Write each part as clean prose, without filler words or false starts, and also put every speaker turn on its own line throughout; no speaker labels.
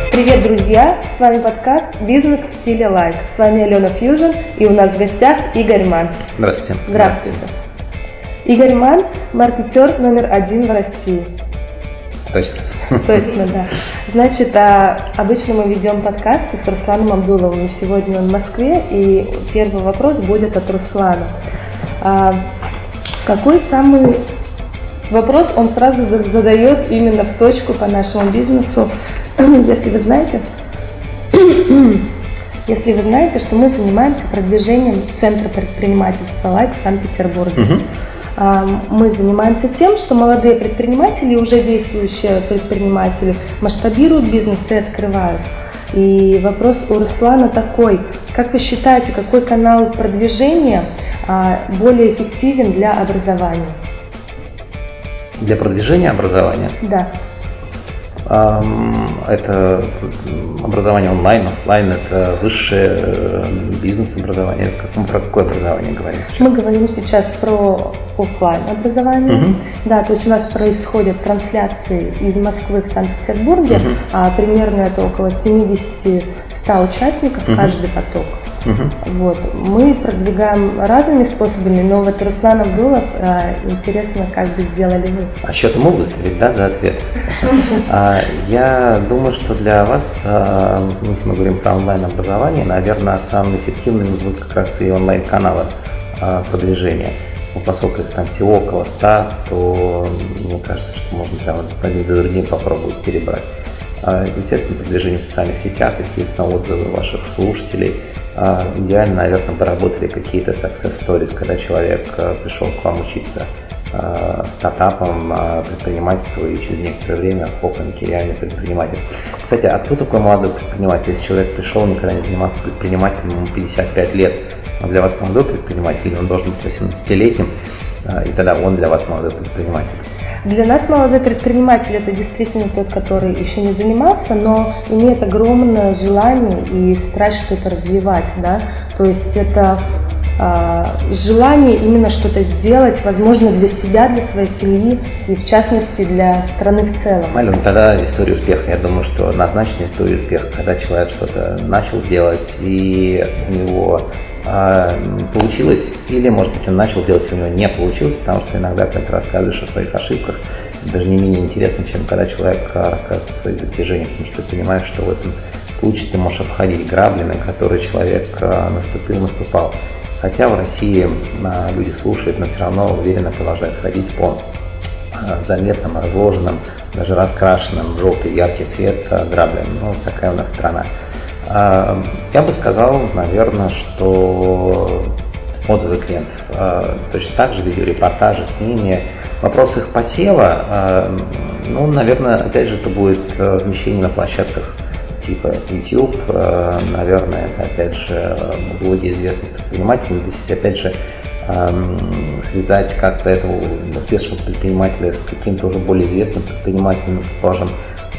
Привет, друзья! С вами подкаст «Бизнес в стиле лайк». С вами Алена Фьюжн, и у нас в гостях Игорь Ман.
Здравствуйте.
Здравствуйте. Игорь Ман – маркетер номер 1 в России.
Точно.
Точно, да. Значит, обычно мы ведем подкасты с Русланом Абдуловым. Сегодня он в Москве, и первый вопрос будет от Руслана. Какой самый вопрос он сразу задает именно в точку по нашему бизнесу? Если вы знаете, что мы занимаемся продвижением Центра предпринимательства «Лайк» в Санкт-Петербурге. Мы занимаемся тем, что молодые предприниматели, уже действующие предприниматели, масштабируют бизнес и открывают. И вопрос у Руслана такой: как вы считаете, какой канал продвижения более эффективен для образования?
Для продвижения образования?
Да.
Это образование онлайн, офлайн, это высшее бизнес-образование. Про какое образование говорим сейчас?
Мы говорим сейчас про офлайн образование. Да, то есть у нас происходят трансляции из Москвы в Санкт-Петербурге, примерно это около 70-100 участников каждый поток. Вот. Мы продвигаем разными способами, но вот Руслан Абдулов, интересно, как бы сделали вы.
А счет ему выставить, да, за ответ? Я думаю, что для вас, если мы говорим про онлайн-образование, наверное, самым эффективным будут как раз и онлайн-каналы продвижения. Поскольку их там всего около 100, то мне кажется, что можно прямо один за другим попробовать перебрать. Естественно, продвижение в социальных сетях, естественно, отзывы ваших слушателей. Идеально, наверное, бы работали какие-то success stories, когда человек пришел к вам учиться стартапам, предпринимательству, и через некоторое время опаньки, реальный предприниматель. Кстати, а кто такой молодой предприниматель? Если человек пришел, никогда не занимался предпринимателем, ему 55 лет, он для вас молодой предприниматель, или он должен быть 18-летним, и тогда он для вас молодой предприниматель?
Для нас молодой предприниматель – это действительно тот, который еще не занимался, но имеет огромное желание и страсть что-то развивать, да? То есть это желание именно что-то сделать, возможно, для себя, для своей семьи и, в частности, для страны в целом.
Алена, тогда история успеха. Я думаю, что однозначно история успеха, когда человек что-то начал делать, и у него получилось, или, может быть, он начал делать, у него не получилось, потому что иногда, когда ты рассказываешь о своих ошибках, даже не менее интересно, чем когда человек рассказывает о своих достижениях, потому что ты понимаешь, что в этом случае ты можешь обходить грабли, на которые человек наступал. Хотя в России люди слушают, но все равно уверенно продолжают ходить по заметным, разложенным, даже раскрашенным в желтый яркий цвет граблям. Ну, такая у нас страна. Я бы сказал, наверное, что отзывы клиентов. Точно так же видеорепортажи с ними. Вопрос их посева, ну, наверное, опять же, это будет размещение на площадках типа YouTube, наверное, это, опять же, блоги известных предпринимателей. То есть, опять же, связать как-то этого успешного предпринимателя с каким-то уже более известным предпринимателем, предположим,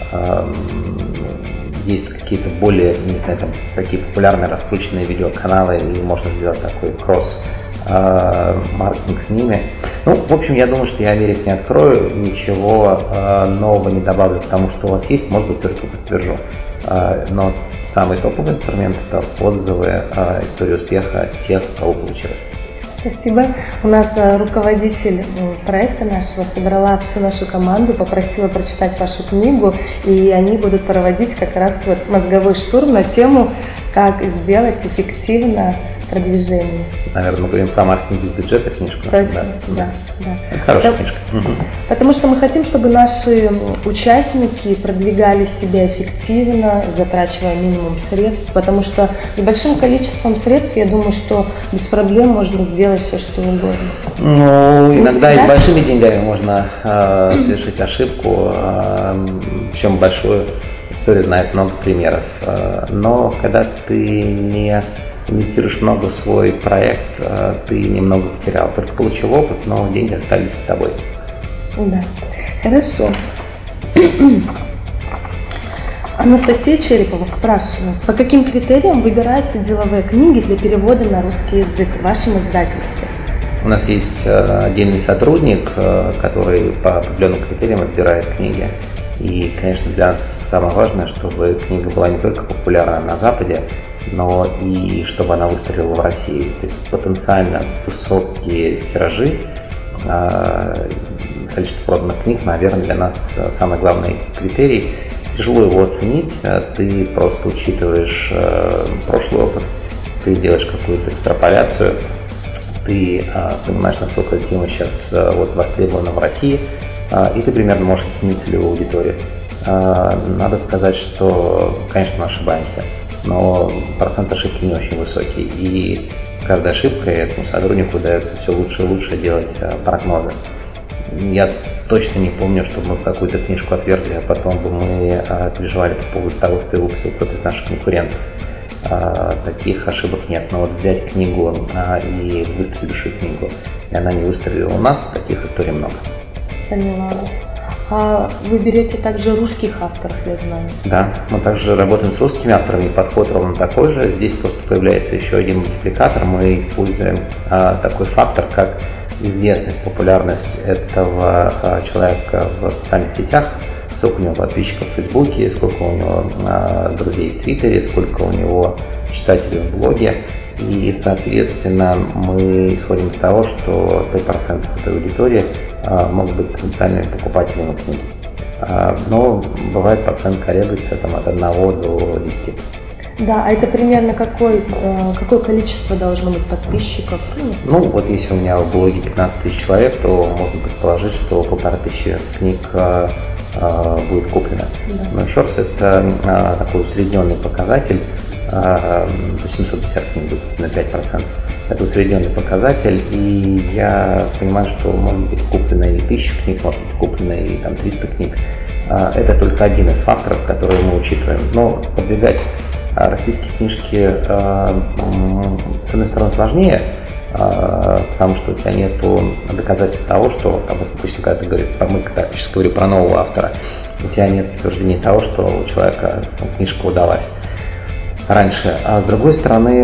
есть какие-то более, не знаю, там, такие популярные раскрученные видеоканалы, и можно сделать такой кросс-маркетинг с ними. Ну, в общем, я думаю, что я Америк не открою, ничего нового не добавлю к тому, что у вас есть, может быть, только подтвержу. Но самый топовый инструмент – это отзывы, история успеха тех, у кого получилось.
Спасибо. У нас руководитель проекта нашего собрала всю нашу команду, попросила прочитать вашу книгу, и они будут проводить как раз вот мозговой штурм на тему, как сделать эффективно продвижение.
Наверное, мы говорим про маркетинг без бюджета книжку.
Точно, да.
Это хорошая книжка.
Потому что мы хотим, чтобы наши участники продвигали себя эффективно, затрачивая минимум средств, потому что с большим количеством средств, я думаю, что без проблем можно сделать все, что угодно.
Ну, иногда и с большими деньгами можно совершить ошибку, причем большую историю знает много примеров. Но когда ты не инвестируешь много в свой проект, ты немного потерял. Только получил опыт, но деньги остались с тобой.
Да, хорошо. Анастасия Черепова спрашивает, по каким критериям выбираются деловые книги для перевода на русский язык в вашем издательстве?
У нас есть отдельный сотрудник, который по определенным критериям отбирает книги. И, конечно, для нас самое важное, чтобы книга была не только популярна на Западе, но и чтобы она выстрелила в России. То есть потенциально высокие тиражи, количество проданных книг, наверное, для нас самый главный критерий. Тяжело его оценить, ты просто учитываешь прошлый опыт, ты делаешь какую-то экстраполяцию, ты понимаешь, насколько эта тема сейчас востребована в России, и ты примерно можешь оценить целевую аудиторию. Надо сказать, что, конечно, мы ошибаемся, но процент ошибки не очень высокий, и с каждой ошибкой этому сотруднику удается все лучше и лучше делать прогнозы. Я точно не помню, чтобы мы какую-то книжку отвергли, а потом бы мы переживали по поводу того, что ее выпустил кто-то из наших конкурентов. Таких ошибок нет. Но вот взять книгу и выстрелившую книгу, и она не выстрелила у нас, таких историй много.
Поняла. А вы берете также русских авторов, я знаю?
Да, мы также работаем с русскими авторами, подход ровно такой же. Здесь просто появляется еще один мультипликатор. Мы используем такой фактор, как известность, популярность этого человека в социальных сетях, сколько у него подписчиков в Фейсбуке, сколько у него друзей в Твиттере, сколько у него читателей в блоге. И, соответственно, мы исходим из того, что 5% этой аудитории могут быть потенциальными покупателями книги. Но бывает процент колеблется от 1 до 10.
Да, а это примерно какое количество должно быть подписчиков?
Ну, вот если у меня в блоге 15 тысяч человек, то можно предположить, что 1500 книг будет куплено. Да. Но еще раз, это такой усредненный показатель, 750 книг будет на 5%. Это усредненный показатель, и я понимаю, что может быть куплено и 1000 книг, может быть куплено и 300 книг. Это только один из факторов, которые мы учитываем. Но продвигать российские книжки, с одной стороны, сложнее, потому что у тебя нет доказательств того, что, обычно, когда ты говоришь, я сейчас говорю про нового автора, у тебя нет подтверждения того, что у человека книжка удалась раньше. А с другой стороны,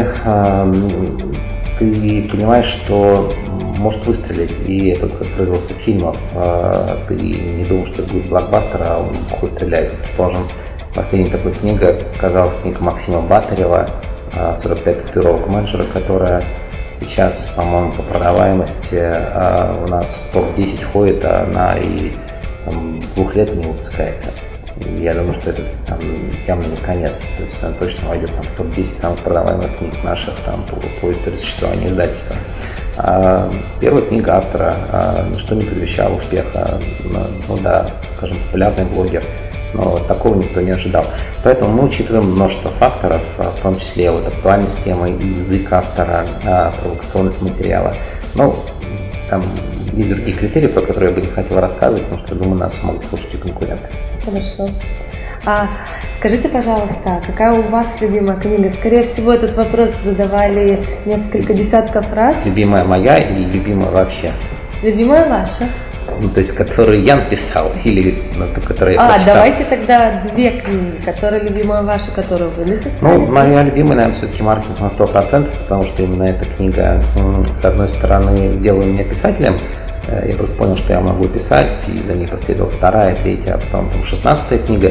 ты понимаешь, что может выстрелить, и это как производство фильмов. Ты не думал, что это будет блокбастер, а он выстреляет. Предположим, последняя такая книга оказалась книга Максима Батарева «45 татуировок менеджера», которая сейчас, по-моему, по продаваемости у нас в топ-10 входит, а она и 2 лет не выпускается. Я думаю, что это явно не конец. То есть она точно войдет в топ-10 самых продаваемых книг наших по истории существования издательства. Первая книга автора ничто не предвещало успеха. Ну да, скажем, популярный блогер, но такого никто не ожидал. Поэтому мы учитываем множество факторов, в том числе актуальность темы, язык автора, провокационность материала. Ну, там есть другие критерии, про которые я бы не хотел рассказывать, потому что, думаю, нас могут слушать и конкуренты.
Хорошо. Скажите, пожалуйста, какая у вас любимая книга? Скорее всего, этот вопрос задавали несколько десятков раз.
Любимая моя или любимая вообще?
Любимая ваша.
Ну, то есть, которую я написал или которую я прочитал?
Давайте тогда 2 книги, которая любимая ваша, которую вы написали.
Ну, моя любимая, наверное, все-таки «Маркетинг на 100%», потому что именно эта книга, с одной стороны, сделала меня писателем. Я просто понял, что я могу писать, и за ней последовала 2-я, 3-я, а потом 16-я книга.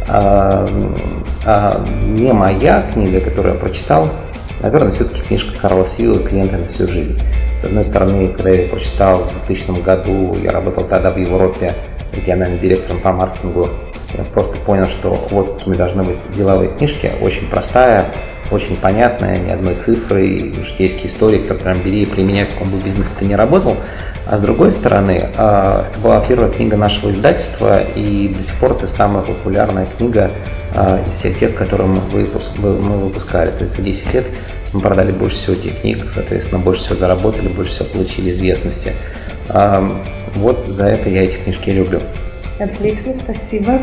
Не моя книга, которую я прочитал, наверное, все-таки книжка Карла Сьюэлла «Клиенты на всю жизнь». С одной стороны, когда я ее прочитал в 2000 году, я работал тогда в Европе региональным директором по маркетингу, я просто понял, что вот какими должны быть деловые книжки, очень простая, очень понятная, ни одной цифры, житейские истории, которые прям бери и применяй, в каком бы бизнесе ты не работал. А с другой стороны, это была первая книга нашего издательства, и до сих пор это самая популярная книга из всех тех, которые мы выпускали. То есть за 10 лет мы продали больше всего тех книг, соответственно, больше всего заработали, больше всего получили известности. Вот за это я эти книжки люблю.
Отлично, спасибо.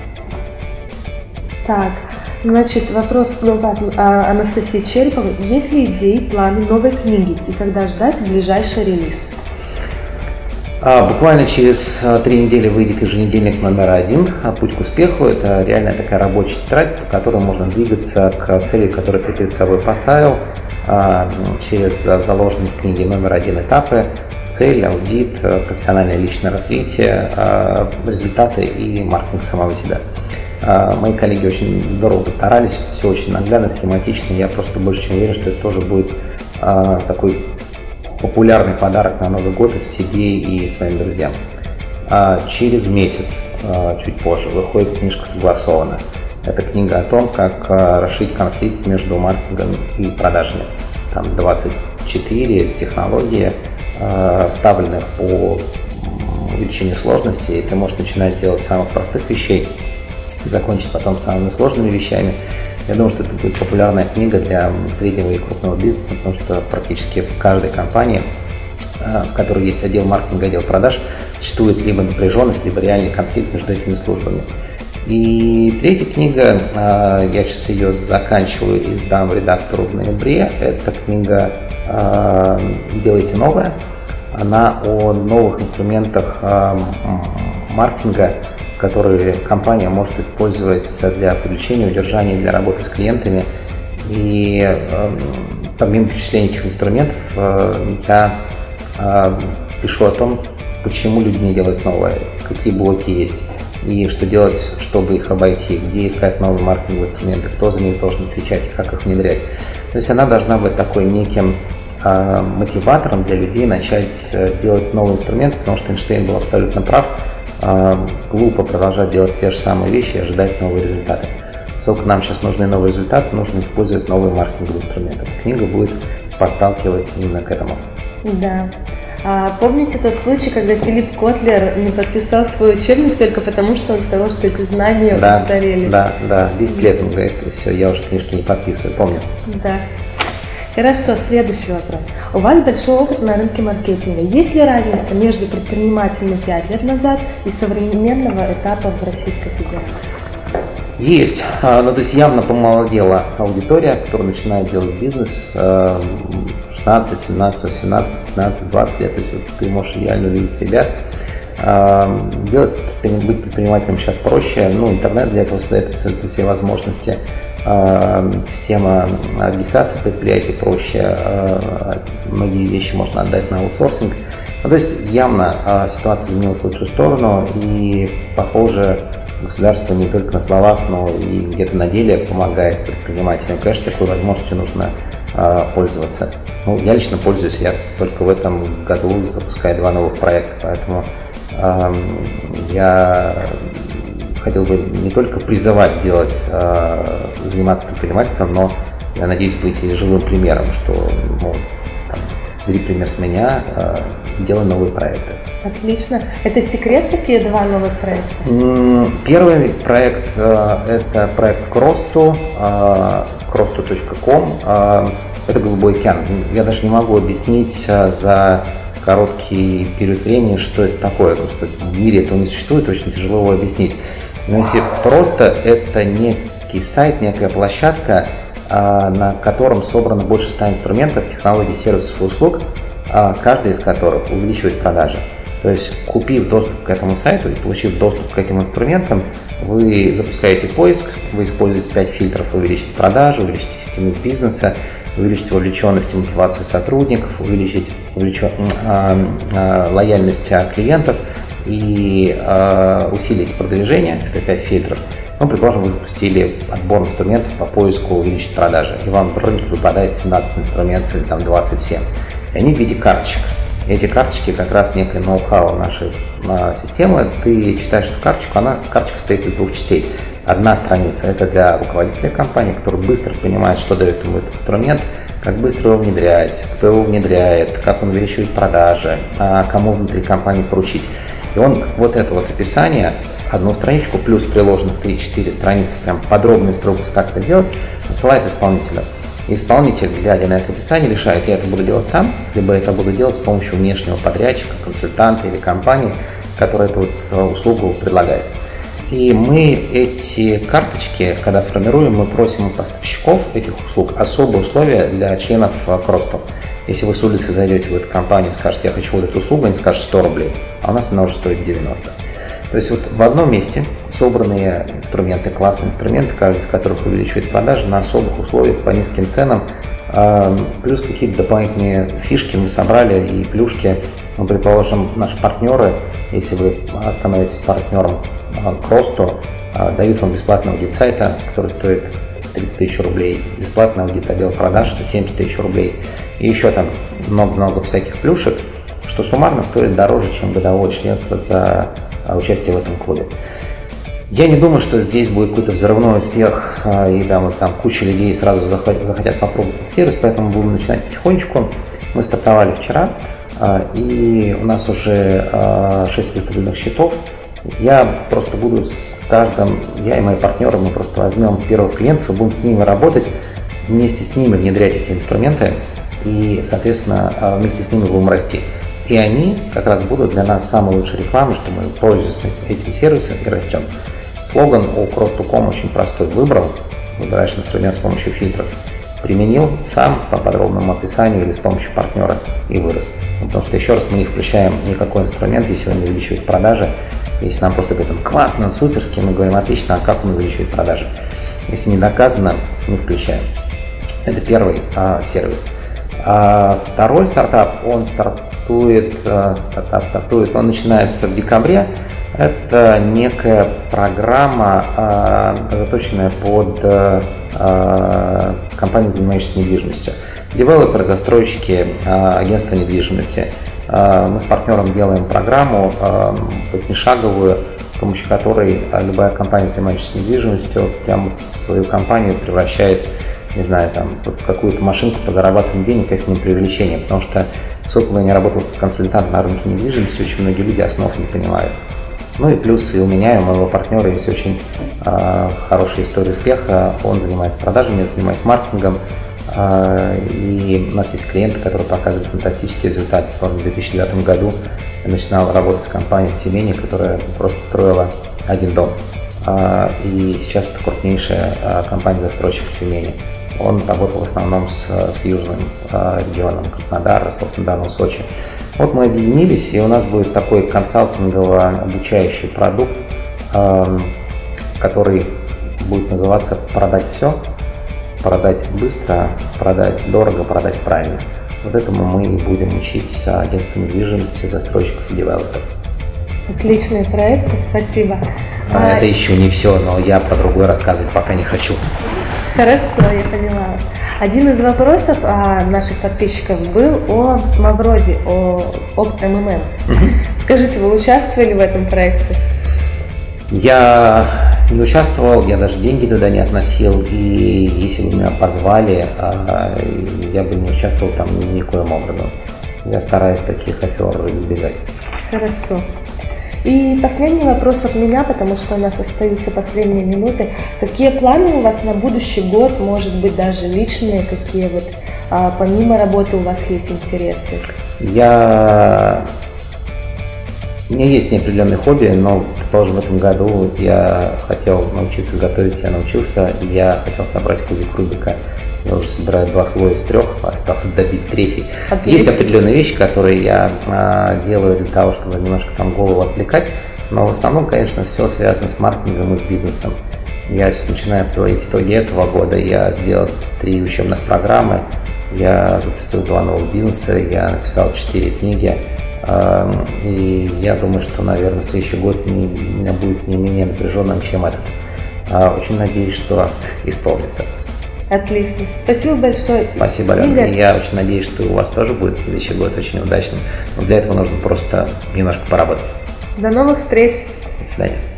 Так, значит, вопрос Анастасии Череповой. Есть ли идеи, планы новой книги и когда ждать ближайший релиз?
Буквально через 3 недели выйдет еженедельник номер 1 «Путь к успеху». Это реально такая рабочая тетрадь, по которой можно двигаться к цели, которую ты перед собой поставил, через заложенные в книге номер 1 этапы. цель, аудит, профессиональное личное развитие, результаты и маркетинг самого себя. Мои коллеги очень здорово постарались, все очень наглядно, схематично. Я просто больше чем уверен, что это тоже будет такой популярный подарок на Новый год себе и своим друзьям. Через месяц, чуть позже, выходит книжка «Согласовано». Это книга о том, как расшить конфликт между маркетингом и продажами. Там 24 технологии, вставленных по увеличению сложности, и ты можешь начинать делать с самых простых вещей, закончить потом самыми сложными вещами. Я думаю, что это будет популярная книга для среднего и крупного бизнеса, потому что практически в каждой компании, в которой есть отдел маркетинга, отдел продаж, существует либо напряженность, либо реальный конфликт между этими службами. И третья книга, я сейчас ее заканчиваю и сдам редактору в ноябре, это книга «Делайте новое». Она о новых инструментах маркетинга, которые компания может использовать для привлечения, удержания, для работы с клиентами. И помимо перечисления этих инструментов, я пишу о том, почему люди не делают новое, какие блоки есть, и что делать, чтобы их обойти, где искать новые маркетинговые инструменты, кто за них должен отвечать и как их внедрять. То есть она должна быть такой неким мотиватором для людей начать делать новые инструменты, потому что Эйнштейн был абсолютно прав. Глупо продолжать делать те же самые вещи и ожидать новые результаты. Поскольку нам сейчас нужны новые результаты, нужно использовать новые маркетинговые инструменты. Эта книга будет подталкивать именно к этому.
Да. Помните тот случай, когда Филипп Котлер не подписал свой учебник только потому, что он сказал, что эти знания устарели?
Да, 10 лет он говорит, все, я уже книжки не подписываю, помню.
Да. Хорошо, следующий вопрос. У вас большой опыт на рынке маркетинга. Есть ли разница между предпринимателями 5 лет назад и современного этапа в Российской Федерации?
Есть. То есть явно помолодела аудитория, которая начинает делать бизнес 16, 17, 18, 15, 20 лет. То есть ты можешь идеально увидеть ребят. Быть предпринимателем сейчас проще. Интернет для этого создает абсолютно все возможности. Система регистрации предприятий проще, многие вещи можно отдать на аутсорсинг. То есть явно ситуация изменилась в лучшую сторону, и, похоже, государство не только на словах, но и где-то на деле помогает предпринимателям. Конечно, такой возможностью нужно пользоваться. Я лично пользуюсь, я только в этом году запускаю 2 новых проекта, поэтому я хотел бы не только призывать заниматься предпринимательством, но я надеюсь быть и живым примером, что бери пример с меня, делай новые проекты.
Отлично. Это секрет, какие 2 новых проекта?
Первый проект – это проект Кросту, krostu.com. Это голубой океан. Я даже не могу объяснить за короткий период времени, что это такое. Просто в мире этого не существует, очень тяжело его объяснить. Но если просто, это некий сайт, некая площадка, на котором собрано больше 100 инструментов, технологий, сервисов и услуг, каждый из которых увеличивает продажи. То есть, купив доступ к этому сайту и получив доступ к этим инструментам, вы запускаете поиск, вы используете 5 фильтров: увеличить продажи, увеличить эффективность бизнеса, увеличить вовлеченность и мотивацию сотрудников, увеличить лояльность клиентов и усилить продвижение. Это 5 фильтров. Предположим, вы запустили отбор инструментов по поиску увеличить продажи, и вам в рынке выпадает 17 инструментов или 27. И они в виде карточек. И эти карточки как раз некое ноу-хау нашей системы. Ты читаешь эту карточку, карточка состоит из 2 частей. Одна страница – это для руководителя компании, который быстро понимает, что дает ему этот инструмент, как быстро его внедрять, кто его внедряет, как он увеличивает продажи, кому внутри компании поручить. И он это описание, одну страничку плюс приложенных 3-4 страницы, прям подробная инструкция, как это делать, отсылает исполнителю. И исполнитель, глядя на это описание, решает, я это буду делать сам, либо это буду делать с помощью внешнего подрядчика, консультанта или компании, которая эту услугу предлагает. И мы эти карточки, когда формируем, мы просим у поставщиков этих услуг особые условия для членов Кросту. Если вы с улицы зайдете в эту компанию и скажете, я хочу эту услугу, они скажут 100 рублей, а у нас она уже стоит 90. То есть в одном месте собранные инструменты, классные инструменты, каждый из которых увеличивает продажи на особых условиях по низким ценам, плюс какие-то дополнительные фишки мы собрали и плюшки Ну, предположим, наши партнеры, если вы становитесь партнером к росту, дают вам бесплатный аудит сайта, который стоит 30 тысяч рублей, бесплатный аудит отдела продаж, это 70 тысяч рублей, и еще там много-много всяких плюшек, что суммарно стоит дороже, чем годовое членство за участие в этом клубе. Я не думаю, что здесь будет какой-то взрывной успех, и там куча людей сразу захотят попробовать этот сервис, поэтому будем начинать потихонечку. Мы стартовали вчера, и у нас уже 6 выставленных счетов. Я просто буду с каждым, я и мои партнеры, мы просто возьмем первых клиентов и будем с ними работать, вместе с ними внедрять эти инструменты и, соответственно, вместе с ними будем расти. И они как раз будут для нас самой лучшей рекламой, что мы пользуемся этим сервисом и растем. Слоган у Cross2Com очень простой. Выбираешь инструмент с помощью фильтров. Применил сам по подробному описанию или с помощью партнера и вырос. Потому что, еще раз, мы не включаем никакой инструмент, если он не увеличивает продажи. Если нам просто говорят, классно, он суперский, мы говорим, отлично, а как он увеличивает продажи? Если не доказано, не включаем. Это первый сервис. Второй стартап, он начинается в декабре. Это некая программа, заточенная под компании, занимающиеся недвижимостью. Девелоперы, застройщики, агентства недвижимости. Мы с партнером делаем программу 8-шаговую, с помощью которой любая компания, занимающаяся недвижимостью, прямо свою компанию превращает, не знаю, в какую-то машинку по зарабатыванию денег, это не преувеличение, потому что сколько бы я не работал как консультант на рынке недвижимости, очень многие люди основ не понимают. Ну и плюс и у меня, и у моего партнера есть очень хорошая история успеха. Он занимается продажами, я занимаюсь маркетингом. И у нас есть клиенты, которые показывают фантастический результат. В 2009 году я начинал работать с компанией в Тюмени, которая просто строила один дом. И сейчас это крупнейшая компания застройщиков в Тюмени. Он работал в основном с южным регионом: Краснодар, Ростов-на-Дону, Сочи. Вот мы объединились, и у нас будет такой консалтингово-обучающий продукт, который будет называться «Продать все». Продать быстро, продать дорого, продать правильно. Вот этому мы и будем учить агентства недвижимости, застройщиков и девелоперов.
Отличный проект, спасибо.
Это еще не все, но я про другое рассказывать пока не хочу.
Хорошо, я поняла. Один из вопросов наших подписчиков был о Мавроди, о МММ. Скажите, вы участвовали в этом проекте?
Я не участвовал, я даже деньги туда не относил, и если бы меня позвали, я бы не участвовал там никоим образом. Я стараюсь таких афер избегать.
Хорошо. И последний вопрос от меня, потому что у нас остаются последние минуты. Какие планы у вас на будущий год, может быть, даже личные, какие вот помимо работы у вас есть интересы? У меня есть неопределенные хобби, но, предположим, в этом году я хотел научиться готовить, я научился, я хотел собрать кубик Рубика. Я уже собираю 2 слоя из 3, осталось добить 3. Отлично. Есть определенные вещи, которые я делаю для того, чтобы немножко голову отвлекать, но в основном, конечно, все связано с маркетингом и с бизнесом. Я сейчас начинаю подводить итоги этого года, я сделал 3 учебных программы, я запустил 2 новых бизнеса, я написал 4 книги. И я думаю, что, наверное, следующий год у меня будет не менее напряженным, чем этот. Очень надеюсь, что исполнится. Отлично. Спасибо большое.
Спасибо, Алена. Я очень надеюсь, что у вас тоже будет следующий год очень удачным. Но для этого нужно просто немножко поработать.
До новых встреч.
До свидания.